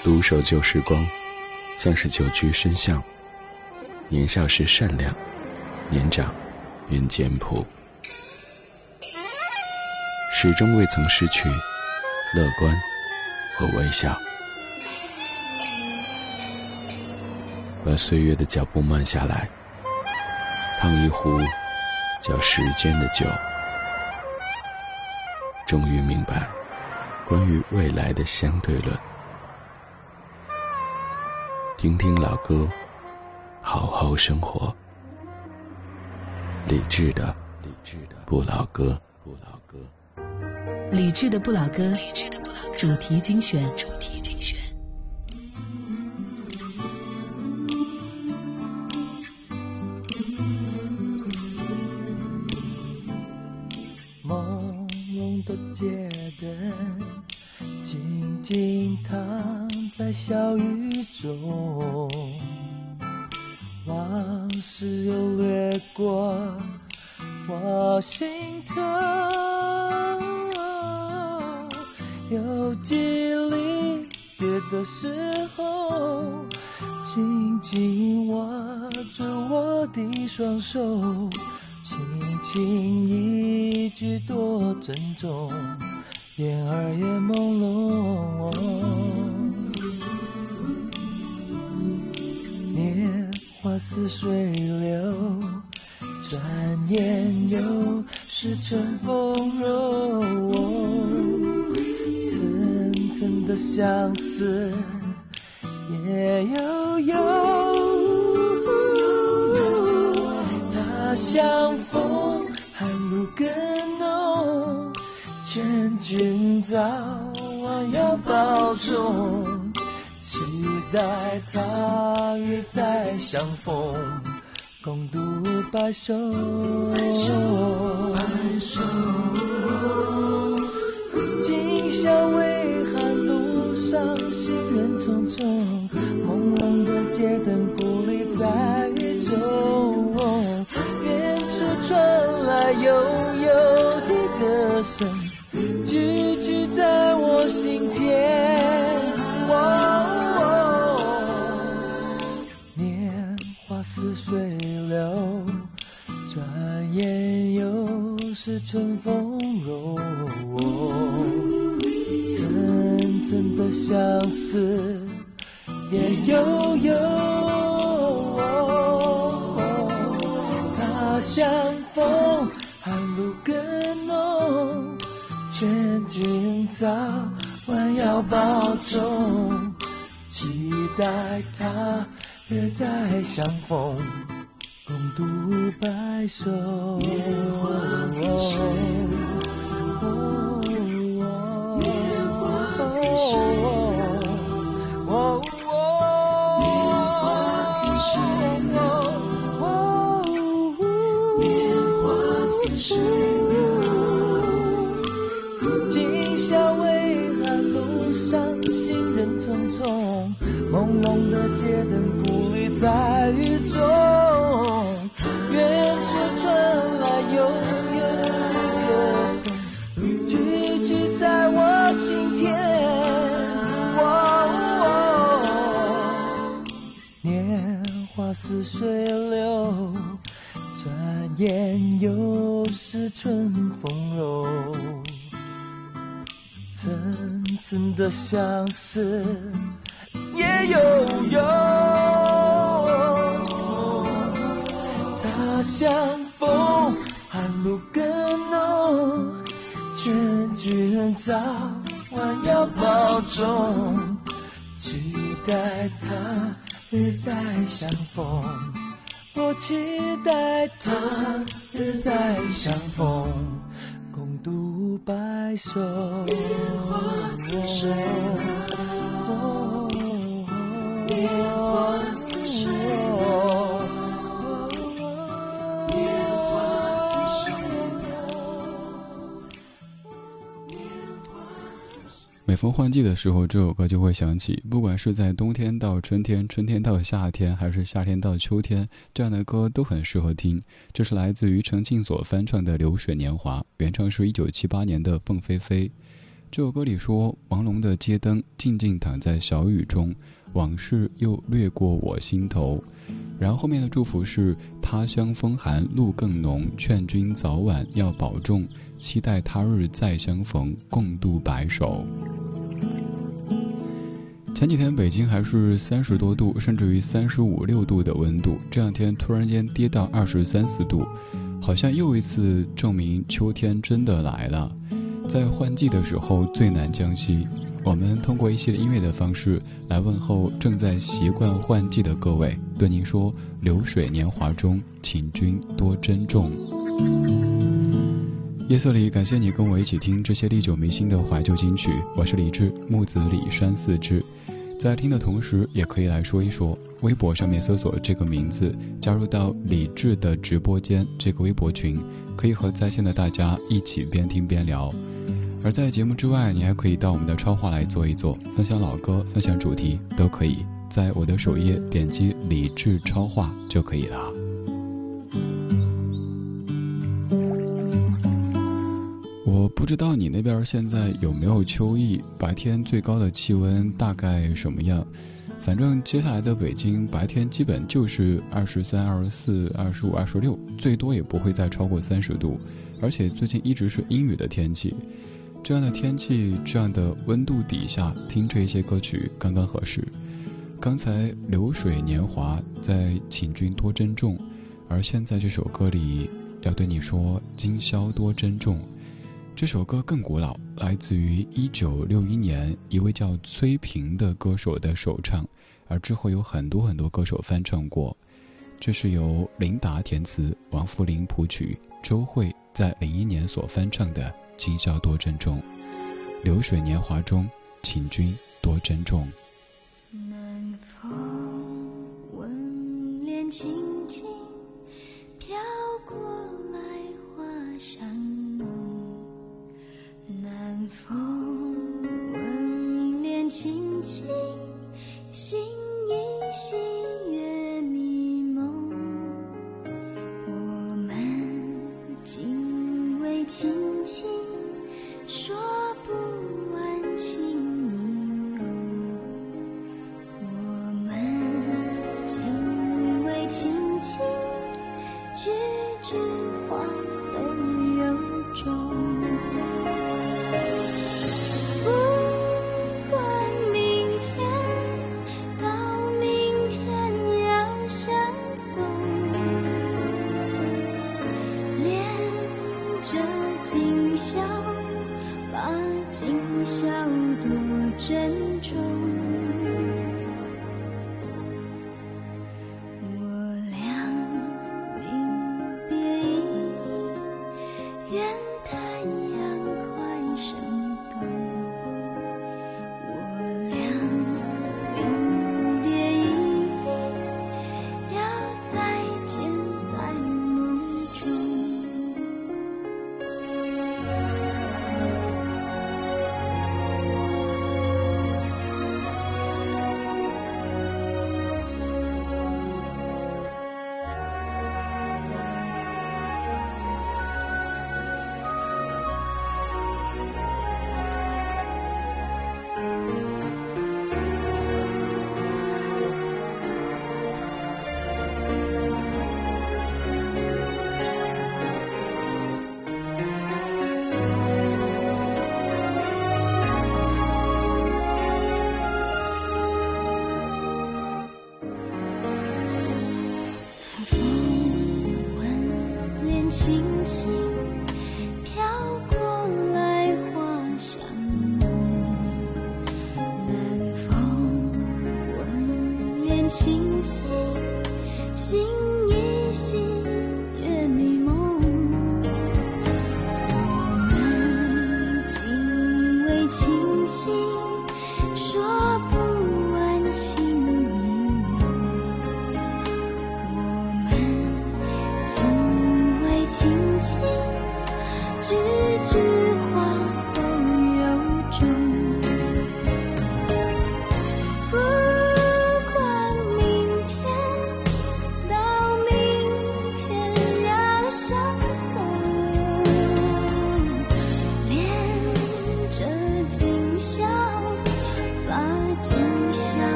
独守旧时光，像是久居深巷。年少时善良，年长愿简朴，始终未曾失去乐观和微笑。把岁月的脚步慢下来，烫一壶叫时间的酒，终于明白关于未来的相对论。听听老歌，好好生活。理智的不老歌， 理智的不老歌，主题精选。 朦胧的街灯，静静躺在小雨中，往事又掠过我心头，有几离别的时候，紧紧握住我的双手，轻轻一句多珍重，眼儿也朦胧。年华似水流，转眼又是春风柔。层层的相思也悠他乡风寒露更浓，劝君早晚要保重，期待他日再相逢，共度白首。今宵微寒路上，行人匆匆，朦胧的街灯孤立在雨中，远处传来悠悠的歌声，句句在我心田。年华似水流，转眼又是春风柔。层层的相思也悠他乡风寒露更浓，劝君早晚要保重，期待他日再相逢，共度白首。年华似水流，年华似水流，年华似水流，年华似水流。今宵微寒路上，行人匆匆，朦胧的街灯孤立在雨中，远处传来悠悠的歌声，句句在我心田。年华似水流，转眼又是春风柔。层层的相思也悠他乡风寒露更浓，劝君早晚要保重，期待他日再相逢，我期待他日再相逢，共度白首。年华似水流，年华似水流，年华似水每逢换季的时候，这首歌就会响起。不管是在冬天到春天，春天到夏天，还是夏天到秋天，这样的歌都很适合听。这是来自于陈静所翻唱的《流水年华》，原唱是1978年的凤飞飞。 这首歌里说，朦胧的街灯静静躺在小雨中，往事又掠过我心头。然后后面的祝福是，他乡风寒路更浓，劝君早晚要保重，期待他日再相逢，共度白首。前几天北京还是30多度，甚至于35、6度的温度，这两天突然间跌到23、24度，好像又一次证明秋天真的来了。在换季的时候最难将息，我们通过一些音乐的方式来问候正在习惯换季的各位，对您说，流水年华中，请君多珍重。夜色里，感谢你跟我一起听这些历久弥新的怀旧金曲，我是李志，木子李山四志。在听的同时也可以来说一说，微博上面搜索这个名字，加入到李志的直播间这个微博群，可以和在线的大家一起边听边聊。而在节目之外，你还可以到我们的超话来做一做，分享老歌，分享主题都可以，在我的首页点击李志超话就可以了。我不知道你那边现在有没有秋意，白天最高的气温大概什么样？反正接下来的北京白天基本就是23、24、25、26，最多也不会再超过30度，而且最近一直是阴雨的天气。这样的天气，这样的温度底下听这些歌曲刚刚合适。刚才流水年华在请君多珍重，而现在这首歌里要对你说今宵多珍重。这首歌更古老，来自于1961年一位叫崔萍的歌手的首唱，而之后有很多歌手翻唱过。这是由林达填词，王富林谱曲，周蕙在01年所翻唱的《今宵多珍重》。流水年华中，请君多珍重。 南风吻脸轻轻飘过来，花香浓。南风吻脸轻轻，心依稀月迷蒙。我们紧偎亲亲，说不完情意浓。我们紧偎亲亲，句句话都由衷。今宵多珍重，我俩临别依依，愿太阳快升东。我俩临别依依，要再见在梦中。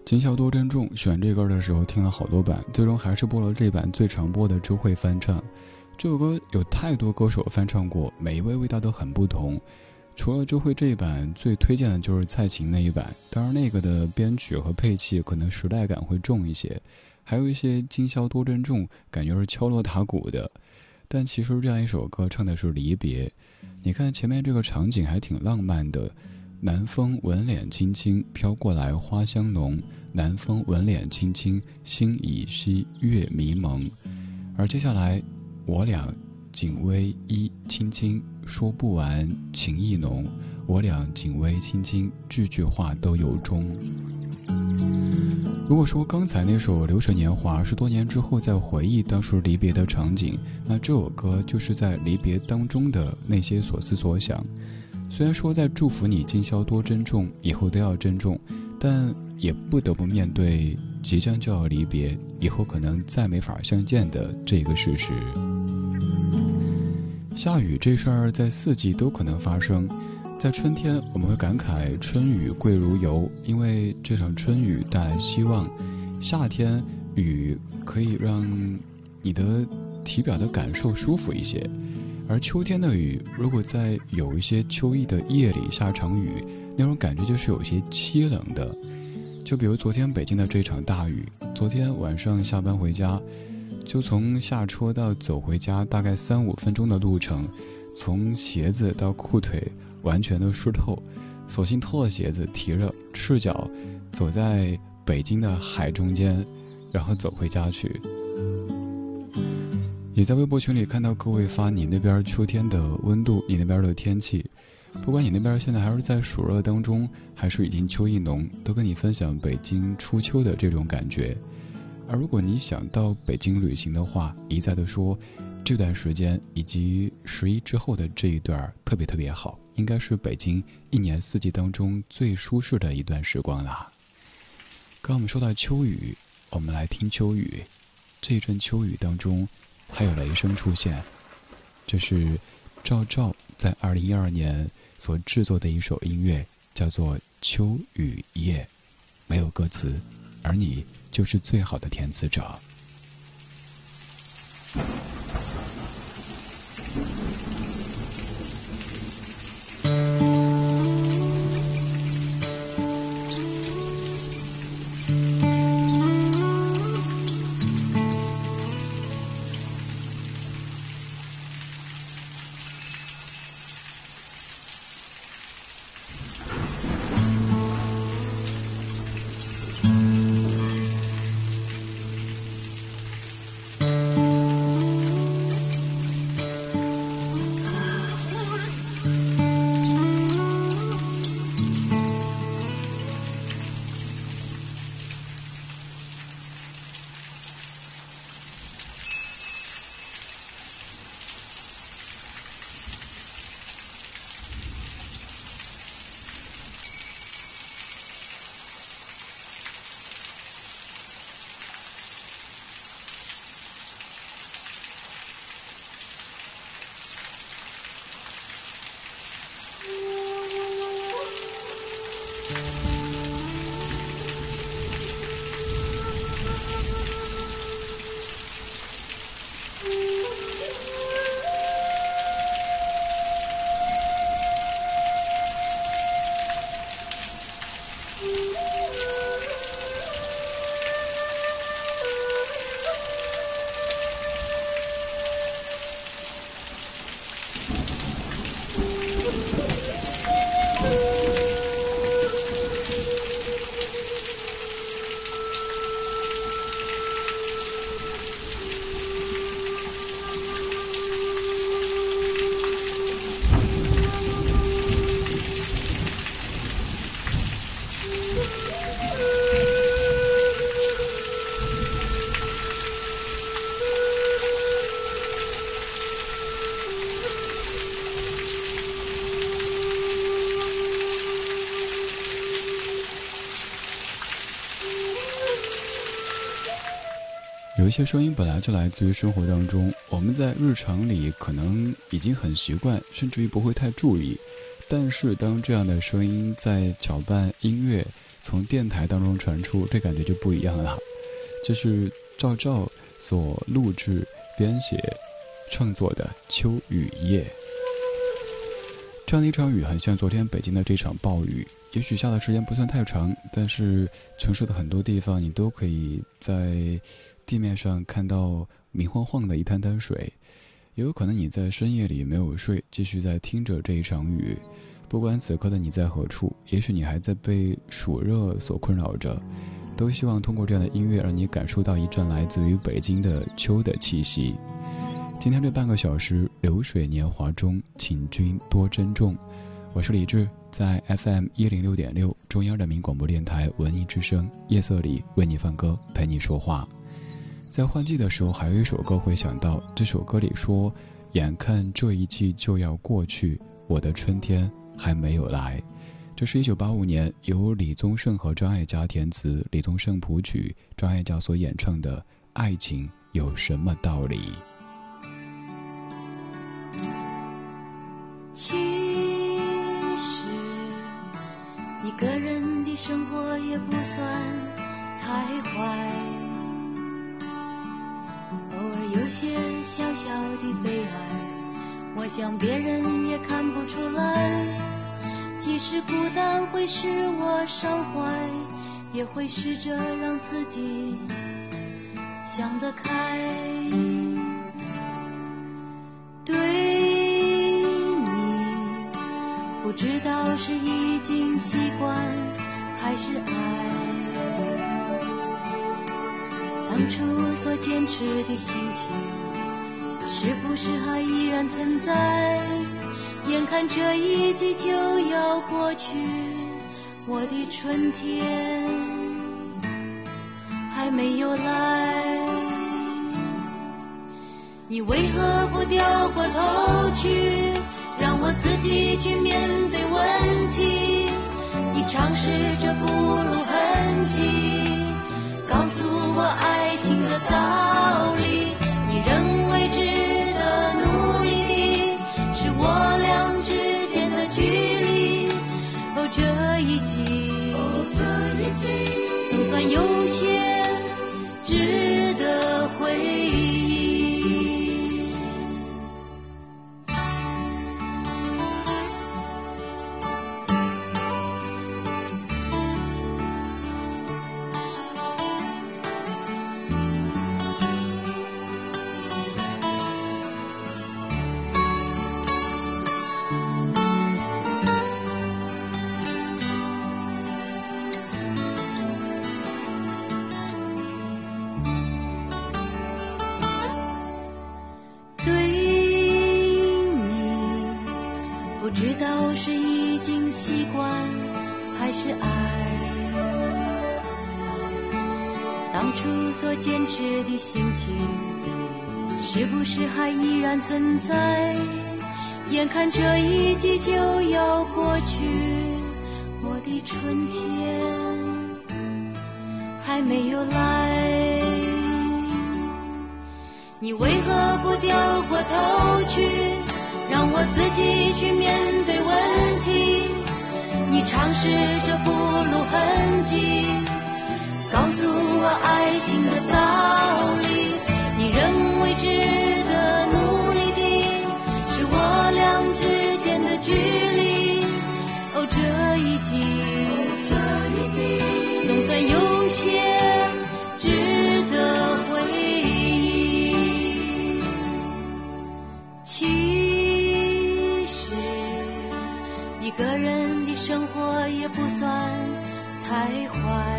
今宵多珍重，选这歌的时候听了好多版，最终还是播了这版最常播的周蕙翻唱。这首歌有太多歌手翻唱过，每一位味道都很不同。除了周蕙这一版，最推荐的就是蔡琴那一版，当然那个的编曲和配器可能时代感会重一些，还有一些今宵多珍重感觉是敲锣打鼓的。但其实这样一首歌唱的是离别，你看前面这个场景还挺浪漫的，南风吻脸轻轻飘过来花香浓，南风吻脸轻轻心已稀月迷蒙。而接下来我俩紧偎依轻轻说不完情意浓，我俩紧偎轻轻句句话都有衷。如果说刚才那首《流水年华》是多年之后在回忆当时离别的场景，那这首歌就是在离别当中的那些所思所想。虽然说在祝福你今宵多珍重，以后都要珍重，但也不得不面对即将就要离别，以后可能再没法相见的这个事实。下雨这事儿在四季都可能发生，在春天我们会感慨春雨贵如油，因为这场春雨带来希望。夏天雨可以让你的体表的感受舒服一些，而秋天的雨如果在有一些秋意的夜里下场雨，那种感觉就是有些凄冷的。就比如昨天北京的这场大雨，昨天晚上下班回家，就从下车到走回家大概3-5分钟的路程，从鞋子到裤腿完全都湿透，索性脱了鞋子，提着赤脚走在北京的海中间，然后走回家去。也在微博群里看到各位发你那边秋天的温度，你那边的天气，不管你那边现在还是在暑热当中，还是已经秋意浓，都跟你分享北京初秋的这种感觉。而如果你想到北京旅行的话，一再的说这段时间以及11之后的这一段特别特别好，应该是北京一年四季当中最舒适的一段时光啦。刚我们说到秋雨，我们来听秋雨。这一阵秋雨当中还有雷声出现，这是赵照在2012年所制作的一首音乐，叫做《秋雨夜》，没有歌词，而你就是最好的填词者。有一些声音本来就来自于生活当中，我们在日常里可能已经很习惯，甚至于不会太注意， 但是当这样的声音在搅拌音乐从电台当中传出，这感觉就不一样了。这是赵照所录制编写创作的《秋雨夜》。这样的一场雨很像昨天北京的这场暴雨，也许下的时间不算太长，但是城市的很多地方你都可以在地面上看到明晃晃的一滩滩水。也有可能你在深夜里没有睡，继续在听着这一场雨。不管此刻的你在何处，也许你还在被暑热所困扰着，都希望通过这样的音乐让你感受到一阵来自于北京的秋的气息。今天这半个小时流水年华中，请君多珍重。我是李志，在 FM106.6 中央人民广播电台文艺之声夜色里为你放歌，陪你说话。在换季的时候还有一首歌会想到，这首歌里说，眼看这一季就要过去，我的春天还没有来。这是1985年由李宗盛和张艾嘉填词，李宗盛谱曲，张艾嘉所演唱的《爱情有什么道理》。 其实一个人的生活也不算太坏，偶尔有些小小的悲哀，我想别人也看不出来。即使孤单会使我伤怀，也会试着让自己想得开。对不知道是已经习惯还是爱，当初所坚持的心情是不是还依然存在？眼看这一季就要过去，我的春天还没有来。你为何不掉过头去，让我自己去面对问题？你尝试着不露痕迹，告诉我爱情的道理。你认为值得努力的是我俩之间的距离。哦，这一季总算有些值得回忆。不知道是已经习惯还是爱，当初所坚持的心情是不是还依然存在？眼看这一季就要过去，我的春天还没有来。你为何不掉过头去，让我自己去面对问题？你尝试着不露痕迹，告诉我爱情的道理。你认为值得努力的是我俩之间的距离。哦，这一季总算有些值得回忆。其实一个人的生活也不算太坏，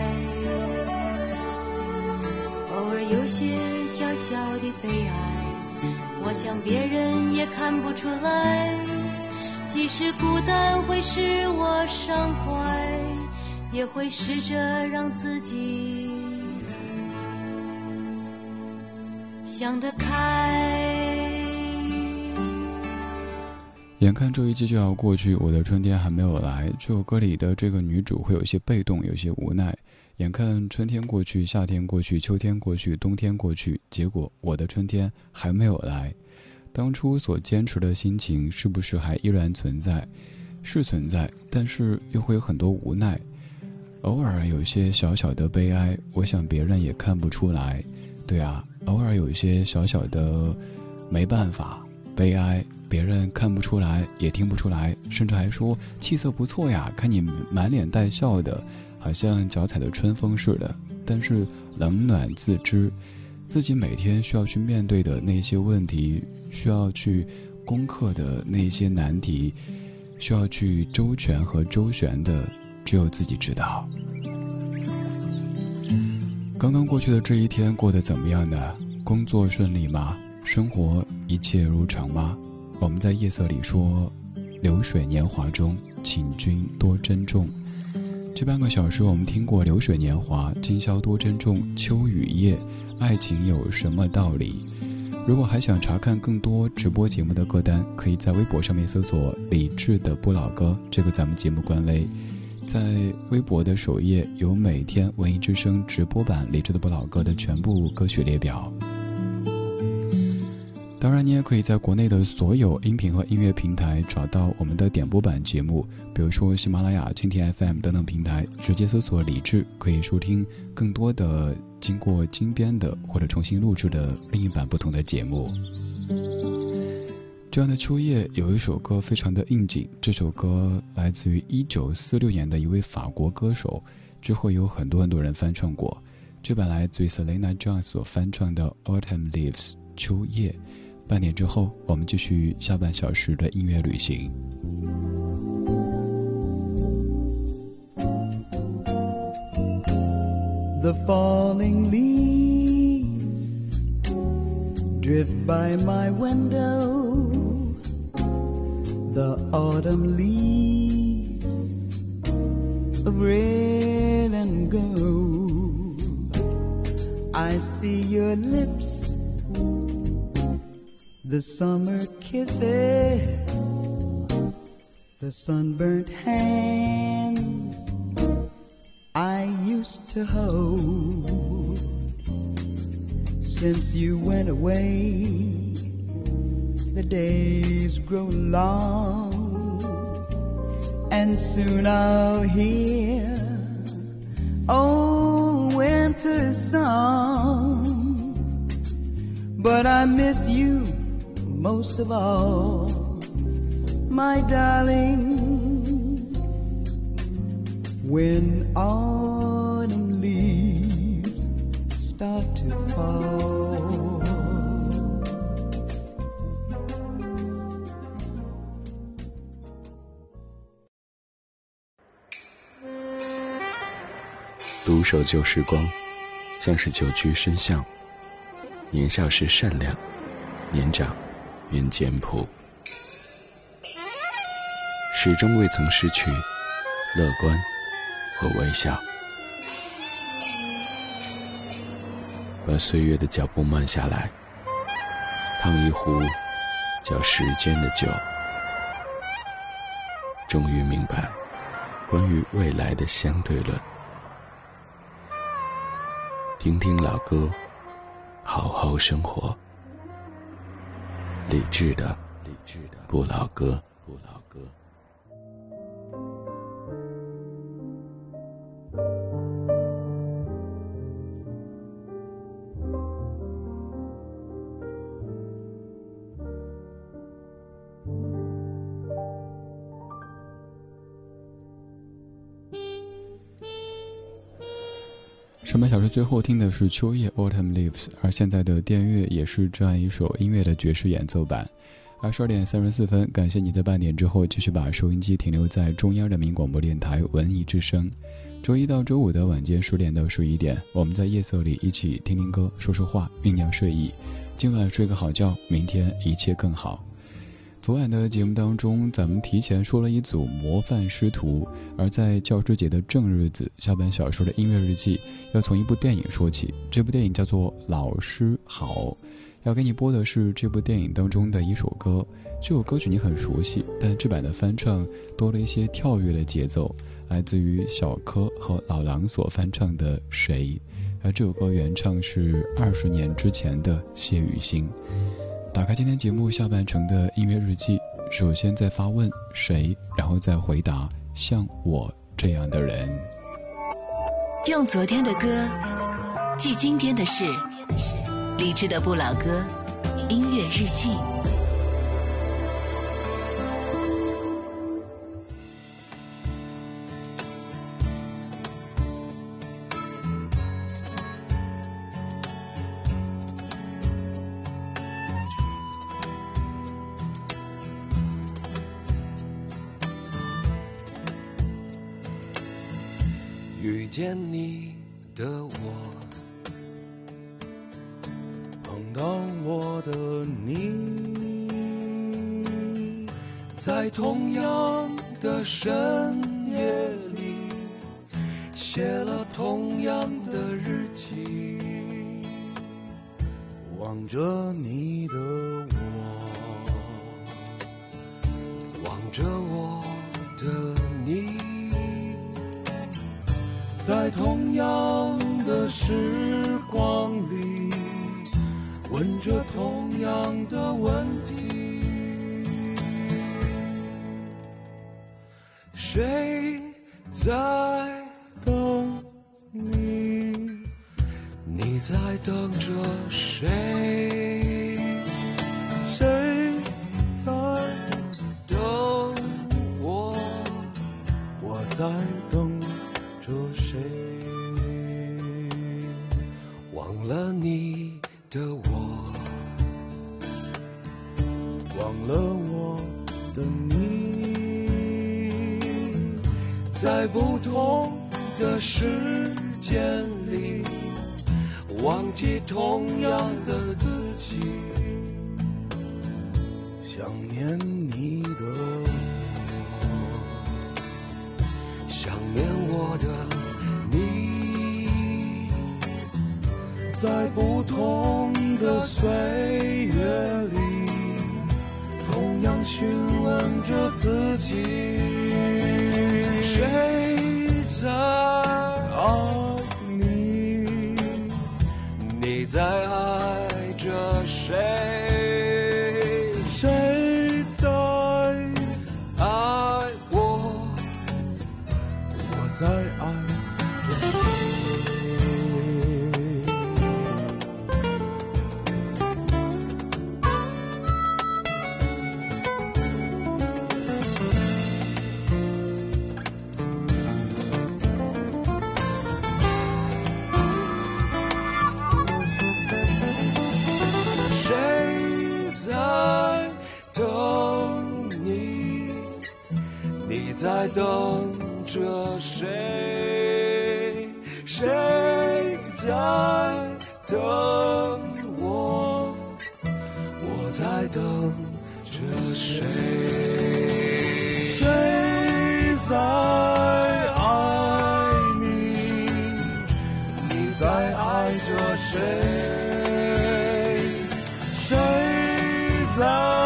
偶尔有些小小的悲哀，我想别人也看不出来。即使孤单会使我伤怀，也会试着让自己想得开。 眼看这一季就要过去，我的春天还没有来。这首歌里的这个女主会有些被动，有些无奈。眼看春天过去，夏天过去，秋天过去，冬天过去，结果我的春天还没有来。当初所坚持的心情是不是还依然存在？ 是存在，但是又会有很多无奈。偶尔有些小小的悲哀，我想别人也看不出来。对啊，偶尔有一些小小的没办法悲哀，别人看不出来也听不出来，甚至还说气色不错呀，看你满脸带笑的，好像脚踩的春风似的。但是冷暖自知，自己每天需要去面对的那些问题，需要去攻克的那些难题，需要去周全和周旋的，只有自己知道。刚刚过去的这一天过得怎么样呢？工作顺利吗？生活一切如常吗？我们在夜色里说，流水年华中，请君多珍重。这半个小时我们听过流水年华，今宵多珍重，秋雨夜，爱情有什么道理？如果还想查看更多直播节目的歌单，可以在微博上面搜索李志的不老歌，这个咱们节目官微。在微博的首页有每天文艺之声直播版李志的不老歌的全部歌曲列表。当然你也可以在国内的所有音频和音乐平台找到我们的点播版节目，比如说喜马拉雅、蜻蜓 FM 等等平台，直接搜索李志，可以收听更多的经过精编的或者重新录制的另一版不同的节目。这样的秋夜有一首歌非常的应景，这首歌来自于1946年的一位法国歌手，之后有很多人翻唱过。这版来自于 Selena Jones 所翻唱的 Autumn Leaves 秋夜。半点之后我们继续下半小时的音乐旅行。 The falling leaves drift by my window, the autumn leaves of red and gold. I see your lips, the summer kisses, the sunburnt hands I used to hold. Since you went away, the days grow long, and soon I'll hear old winter's song. But I miss you most of all, my darling, when autumn leaves start to fall. 《独守旧时光》像是久居深巷，年少时善良，年长愿简朴，始终未曾失去乐观或微笑。把岁月的脚步慢下来，烫一壶叫时间的酒，终于明白关于未来的相对论。听听老歌，好好生活。理智的不老歌。 上半小时最后听的是秋夜 Autumn Leaves， 而现在的电乐也是这样一首音乐的爵士演奏版。22点34分，感谢你在半点之后继续把收音机停留在中央人民广播电台文艺之声。周一到周五的晚间10点到11点，我们在夜色里一起听听歌，说说话，酝酿睡意。今晚睡个好觉，明天一切更好。昨晚的节目当中，咱们提前说了一组模范师徒，而在教师节的正日子，下半小说的音乐日记要从一部电影说起。这部电影叫做《老师好》，要给你播的是这部电影当中的一首歌。这首歌曲你很熟悉，但这版的翻唱多了一些跳跃的节奏，来自于小柯和老狼所翻唱的《谁》，而这首歌原唱是20年之前的谢雨欣。打开今天节目下半程的音乐日记， 首先在发问谁，然后再回答像我这样的人。 用昨天的歌记今天的事，励志的不老歌，音乐日记。 遇见你的我，碰到我的你，在同样的深夜里，写了同样的日记，望着你的我，望着我的你，在同样的时光里，问着同样的问题，谁在等你？你在等着谁？谁在等我？我在等着谁？忘了你的我，忘了我的你，在不同的时间里，忘记同样的自己，想念你的我，想念我的你，在不同的岁月里，同样询问着自己，谁在爱你？你在爱着谁？谁在爱我？我在爱着谁？在等着谁？谁在等我？我在等着谁？谁在爱你？你在爱着谁？谁在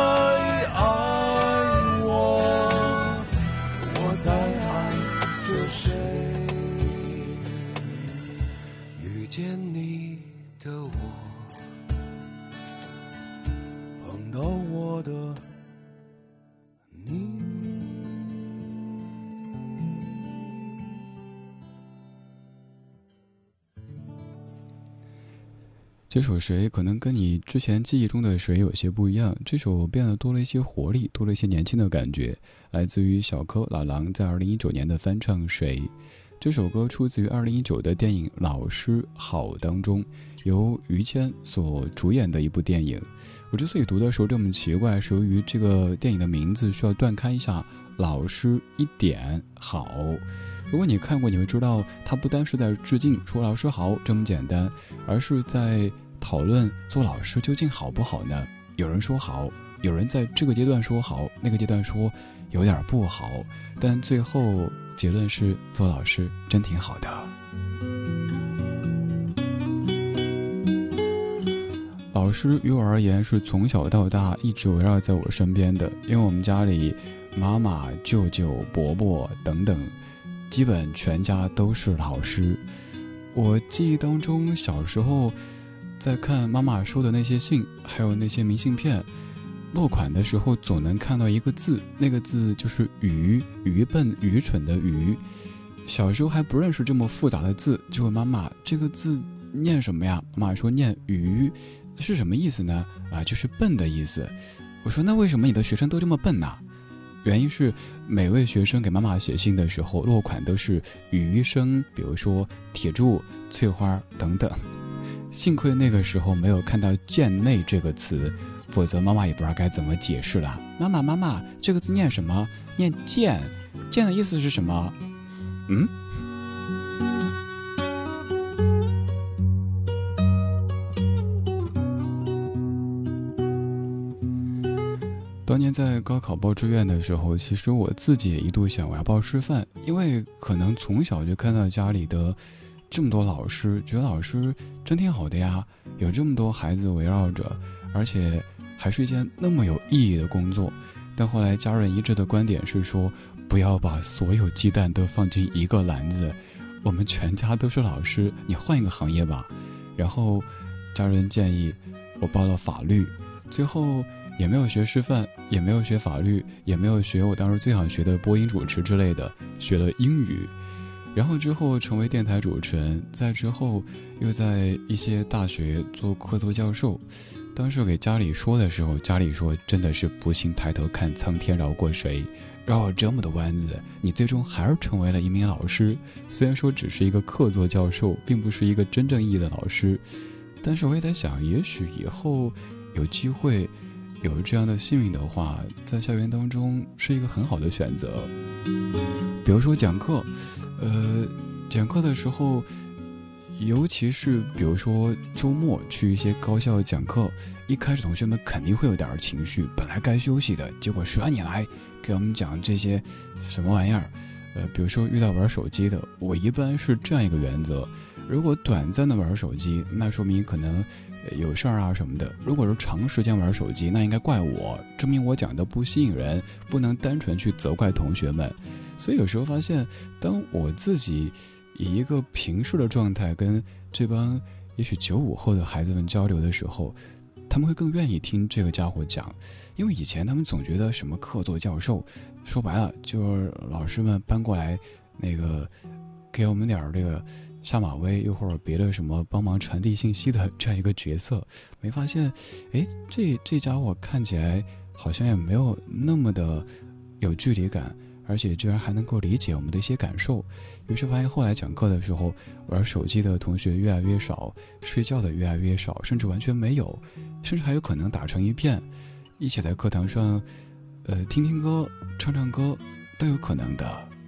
见你的我，碰到我的你。 这首谁可能跟你之前记忆中的谁有些不一样，这首变得多了一些活力，多了一些年轻的感觉，来自于小柯老狼在2019年的翻唱谁。这首歌出自于2019的电影《老师好》当中，由于谦所主演的一部电影。我之所以读的时候这么奇怪，是由于这个电影的名字需要断开一下老师一点好。如果你看过，你会知道他不单是在致敬说老师好这么简单，而是在讨论做老师究竟好不好呢？有人说好，有人在这个阶段说好，那个阶段说有点不好，但最后结论是做老师真挺好的。老师于我而言是从小到大一直围绕在我身边的，因为我们家里妈妈、舅舅、伯伯等等，基本全家都是老师。我记忆当中小时候在看妈妈收的那些信，还有那些明信片， 落款的时候总能看到一个字，那个字就是愚，愚笨愚蠢的愚。小时候还不认识这么复杂的字，就问妈妈这个字念什么呀？妈妈说念愚，是什么意思呢？就是笨的意思。我说那为什么你的学生都这么笨呢？原因是每位学生给妈妈写信的时候落款都是余生，比如说铁柱、翠花等等。幸亏那个时候没有看到贱内这个词，否则妈妈也不知道该怎么解释了。妈妈，这个字念什么？念贱，贱的意思是什么？当年在高考报志愿的时候，其实我自己也一度想我要报师范，因为可能从小就看到家里的这么多老师，觉得老师真挺好的呀，有这么多孩子围绕着，而且还是一件那么有意义的工作。但后来家人一致的观点是说，不要把所有鸡蛋都放进一个篮子，我们全家都是老师，你换一个行业吧。然后家人建议我报了法律，最后也没有学师范，也没有学法律，也没有学我当时最想学的播音主持之类的，学了英语。然后之后成为电台主持人，再之后又在一些大学做客座教授。当时给家里说的时候，家里说真的是不信抬头看苍天饶过谁，绕了这么多弯子，你最终还是成为了一名老师。虽然说只是一个客座教授，并不是一个真正意义的老师，但是我也在想，也许以后有机会有这样的幸运的话，在校园当中是一个很好的选择。比如说讲课，讲课的时候，尤其是比如说周末去一些高校讲课，一开始同学们肯定会有点情绪，本来该休息的，结果是让你来给我们讲这些什么玩意儿。比如说遇到玩手机的，我一般是这样一个原则：如果短暂的玩手机，那说明可能有事儿啊什么的；如果是长时间玩手机，那应该怪我，证明我讲的不吸引人，不能单纯去责怪同学们。所以有时候发现，当我自己以一个平视的状态跟这帮也许95后的孩子们交流的时候，他们会更愿意听这个家伙讲。因为以前他们总觉得什么客座教授，说白了就是老师们搬过来那个给我们点这个下马威，又或者别的什么帮忙传递信息的这样一个角色。没发现这家伙看起来好像也没有那么的有距离感，而且居然还能够理解我们的一些感受。于是发现后来讲课的时候，玩手机的同学越来越少，睡觉的越来越少，甚至完全没有，甚至还有可能打成一片，一起在课堂上听听歌唱唱歌都有可能的。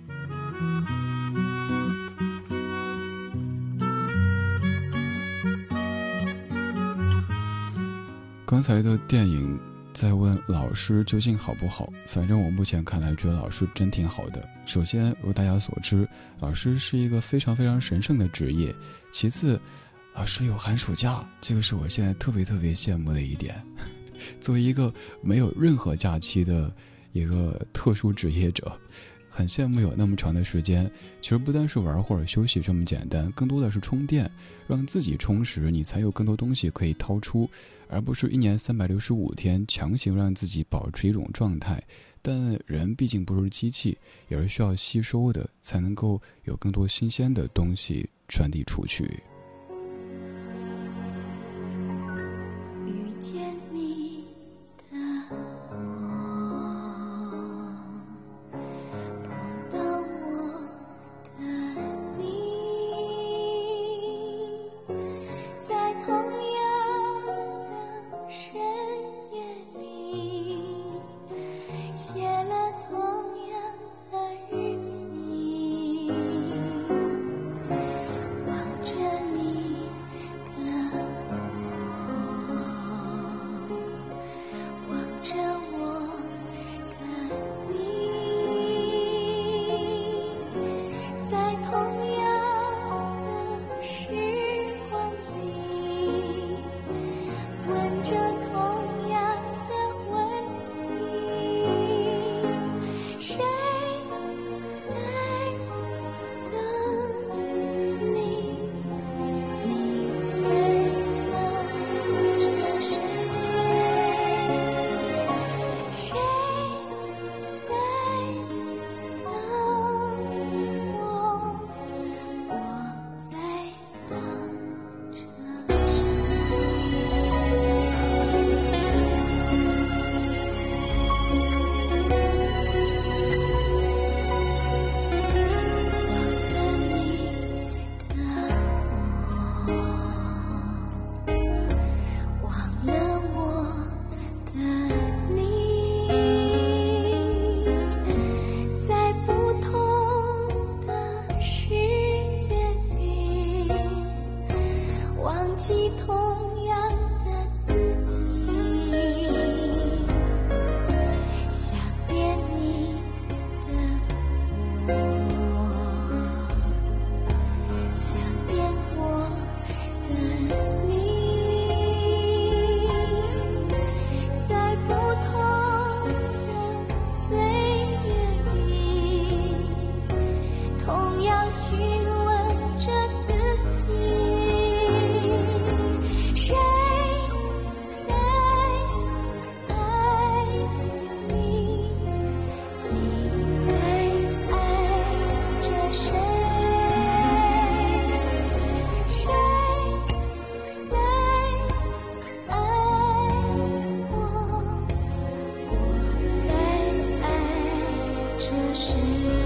刚才的电影在问老师究竟好不好，反正我目前看来觉得老师真挺好的。首先如大家所知，老师是一个非常非常神圣的职业，其次老师有寒暑假，这个是我现在特别特别羡慕的一点。作为一个没有任何假期的一个特殊职业者，很羡慕有那么长的时间，其实不单是玩或者休息这么简单，更多的是充电，让自己充实，你才有更多东西可以掏出，而不是1年365天强行让自己保持一种状态。但人毕竟不是机器，也是需要吸收的，才能够有更多新鲜的东西传递出去。 遇见你的我，碰到我的你，在同样的深夜里，写了同样的日记，望着你要询问着自己，谁在爱你？你在爱着谁？谁在爱我？我在爱着谁？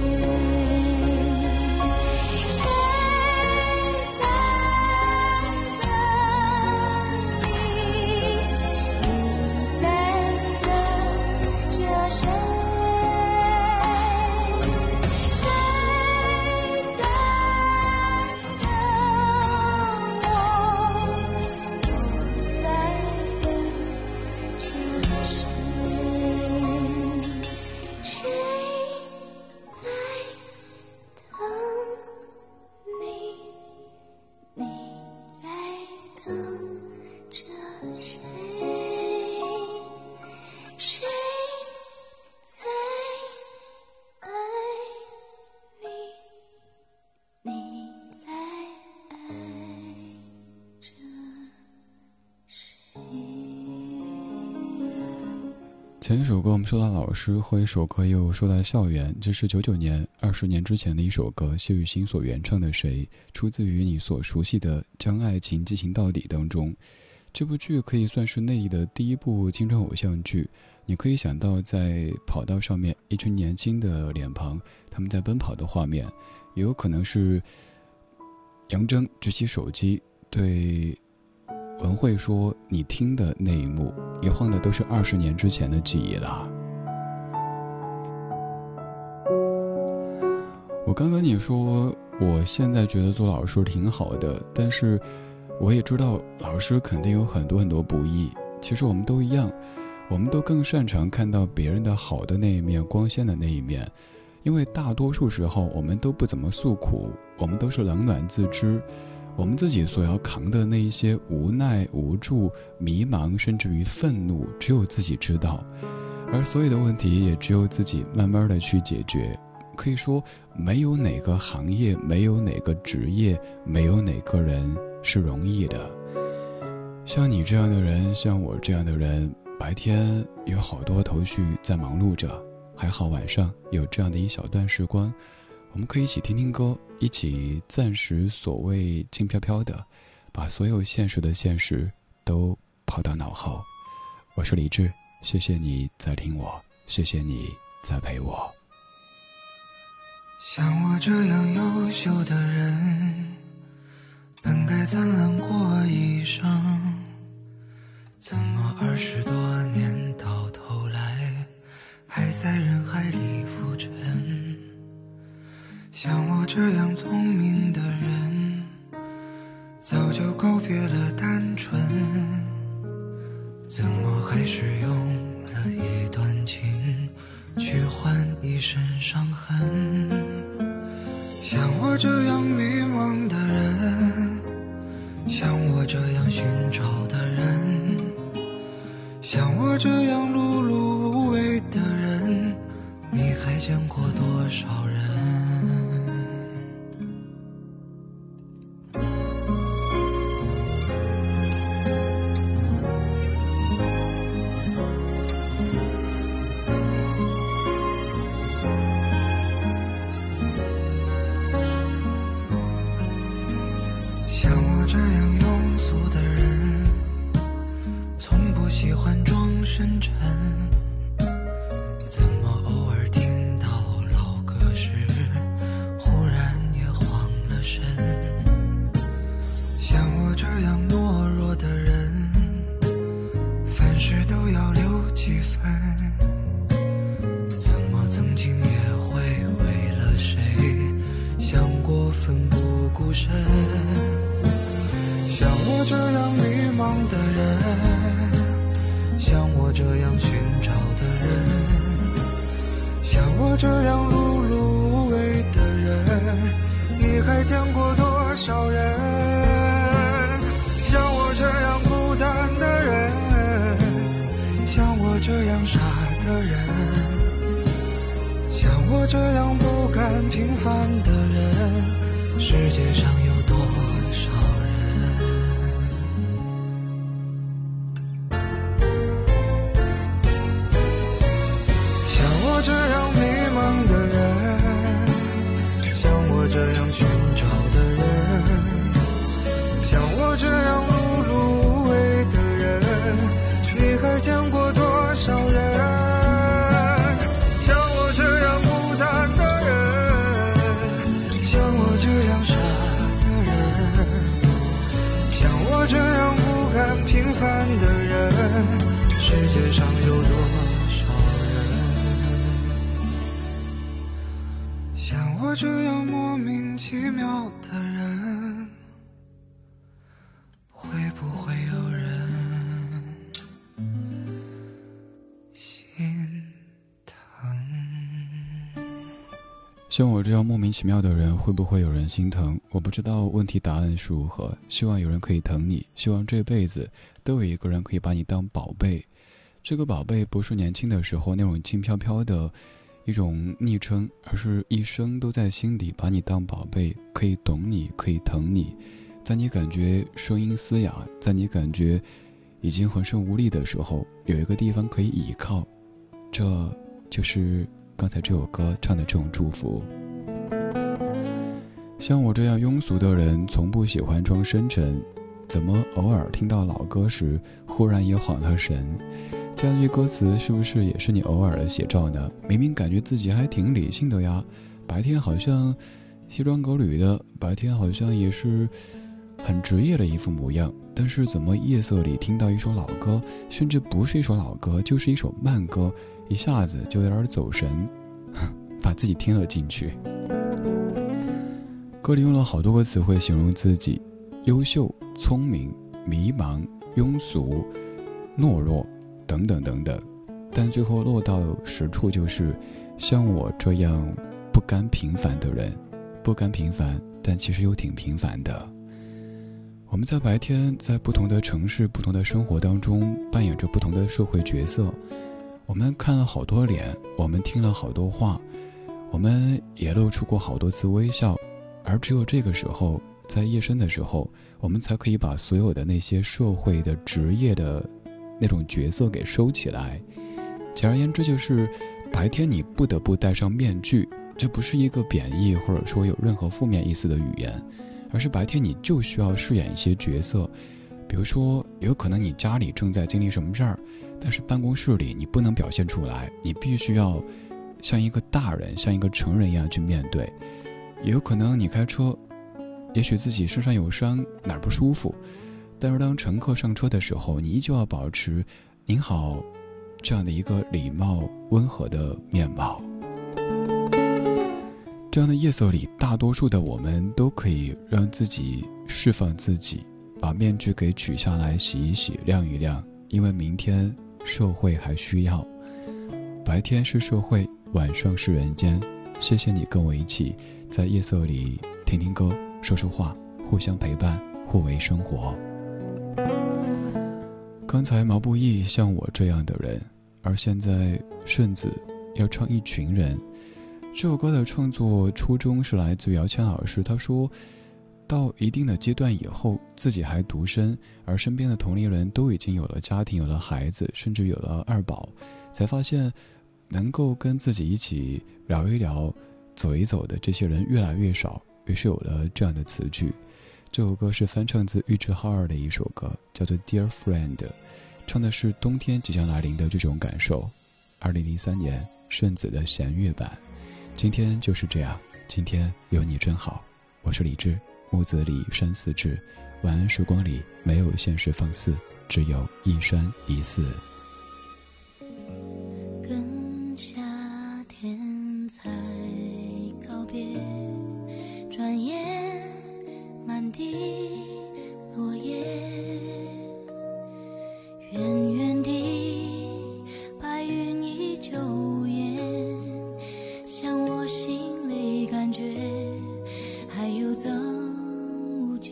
前一首歌我们说到老师，后一首歌又说到校园，这是99年20年之前的一首歌，谢雨欣所原唱的《谁》，出自于你所熟悉的《将爱情进行到底》当中。这部剧可以算是内地的第一部青春偶像剧，你可以想到在跑道上面一群年轻的脸庞，他们在奔跑的画面，也有可能是杨铮举起手机对文慧说你听的那一幕，一晃的都是20年之前的记忆了。我刚跟你说我现在觉得做老师挺好的，但是我也知道老师肯定有很多很多不易，其实我们都一样，我们都更擅长看到别人的好的那一面，光鲜的那一面，因为大多数时候我们都不怎么诉苦，我们都是冷暖自知，我们自己所要扛的那一些无奈、无助、迷茫，甚至于愤怒，只有自己知道，而所有的问题也只有自己慢慢的去解决。可以说没有哪个行业，没有哪个职业，没有哪个人是容易的。像你这样的人，像我这样的人，白天有好多头绪在忙碌着，还好晚上有这样的一小段时光，我们可以一起听听歌，一起暂时所谓轻飘飘的把所有现实的现实都抛到脑后。我是李志，谢谢你在听我，谢谢你在陪我。 像我这样优秀的人，本该灿烂过一生，怎么20多年到头来还在人海里浮沉？像我这样聪明的人，早就告别了单纯，怎么还是用了一段情去换一身伤痕？像我这样迷茫的人，像我这样寻找的人，像我这样碌碌无为的人，你还见过多少人？像我这样庸俗的人，从不喜欢装深沉，怎么偶尔听到老歌时忽然也慌了神？像我这样懦弱的人，凡事都要留几分，怎么曾经也会为了谁想过奋不顾身？像我这样迷茫的人，像我这样寻找的人，像我这样碌碌无为的人，你还见过多少人？像我这样孤单的人，像我这样傻的人，像我这样不甘平凡的人， 世界上有多少人像我这样迷茫的人，像我这样寻找的人，像我这样碌碌无为的人，你还见过多少人像我这样孤单的人，像我这样傻的人，像我这样不甘平凡的人，世界上有多少人像我这样莫名其妙的人，会不会有人心疼？ 像我这样莫名其妙的人，会不会有人心疼？我不知道问题答案是如何，希望有人可以疼你，希望这辈子都有一个人可以把你当宝贝。这个宝贝不是年轻的时候那种轻飘飘的一种昵称，而是一生都在心底把你当宝贝，可以懂你，可以疼你，在你感觉声音嘶哑，在你感觉已经浑身无力的时候，有一个地方可以倚靠，这就是刚才这首歌唱的这种祝福。像我这样庸俗的人，从不喜欢装深沉，怎么偶尔听到老歌时，忽然也晃了神？这样一句歌词是不是也是你偶尔的写照呢？明明感觉自己还挺理性的呀，白天好像西装革履的，白天好像也是很职业的一副模样，但是怎么夜色里听到一首老歌，甚至不是一首老歌，就是一首慢歌，一下子就有点走神，把自己听了进去。歌里用了好多个词汇形容自己，优秀、聪明、迷茫、庸俗、懦弱等等等等，但最后落到实处，就是像我这样不甘平凡的人，不甘平凡，但其实又挺平凡的。我们在白天在不同的城市、不同的生活当中扮演着不同的社会角色，我们看了好多脸，我们听了好多话，我们也露出过好多次微笑，而只有这个时候，在夜深的时候，我们才可以把所有的那些社会的职业的那种角色给收起来。简而言之，就是白天你不得不戴上面具，这不是一个贬义或者说有任何负面意思的语言，而是白天你就需要饰演一些角色。比如说有可能你家里正在经历什么事儿，但是办公室里你不能表现出来，你必须要像一个大人，像一个成人一样去面对。也有可能你开车，也许自己身上有伤，哪儿不舒服，但是当乘客上车的时候，你依旧要保持您好这样的一个礼貌温和的面貌。这样的夜色里，大多数的我们都可以让自己释放自己，把面具给取下来，洗一洗，晾一晾，因为明天社会还需要。白天是社会，晚上是人间。谢谢你跟我一起在夜色里听听歌，说说话，互相陪伴，互为生活。刚才毛不易像我这样的人，而现在顺子要唱一群人。这首歌的创作初衷是来自于姚谦老师，他说到一定的阶段以后，自己还独身，而身边的同龄人都已经有了家庭，有了孩子，甚至有了二宝，才发现能够跟自己一起聊一聊走一走的这些人越来越少，于是有了这样的词句。这首歌是翻唱自玉置浩二的一首歌，叫做 Dear Friend， 唱的是冬天即将来临的这种感受。2003年顺子的弦乐版。今天就是这样，今天有你真好。我是李志，木子李山寺志。晚安时光里没有现实放肆，只有一山一寺。 跟夏天才告别，转眼满地落叶，远远地白云依旧烟，像我心里感觉还有走间，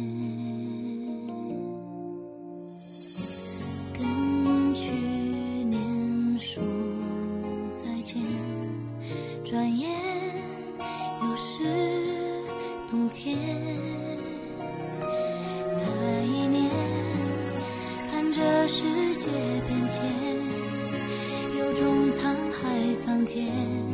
跟去年说再见，转眼又是冬天。再一年，看着世界变迁，有种沧海桑田。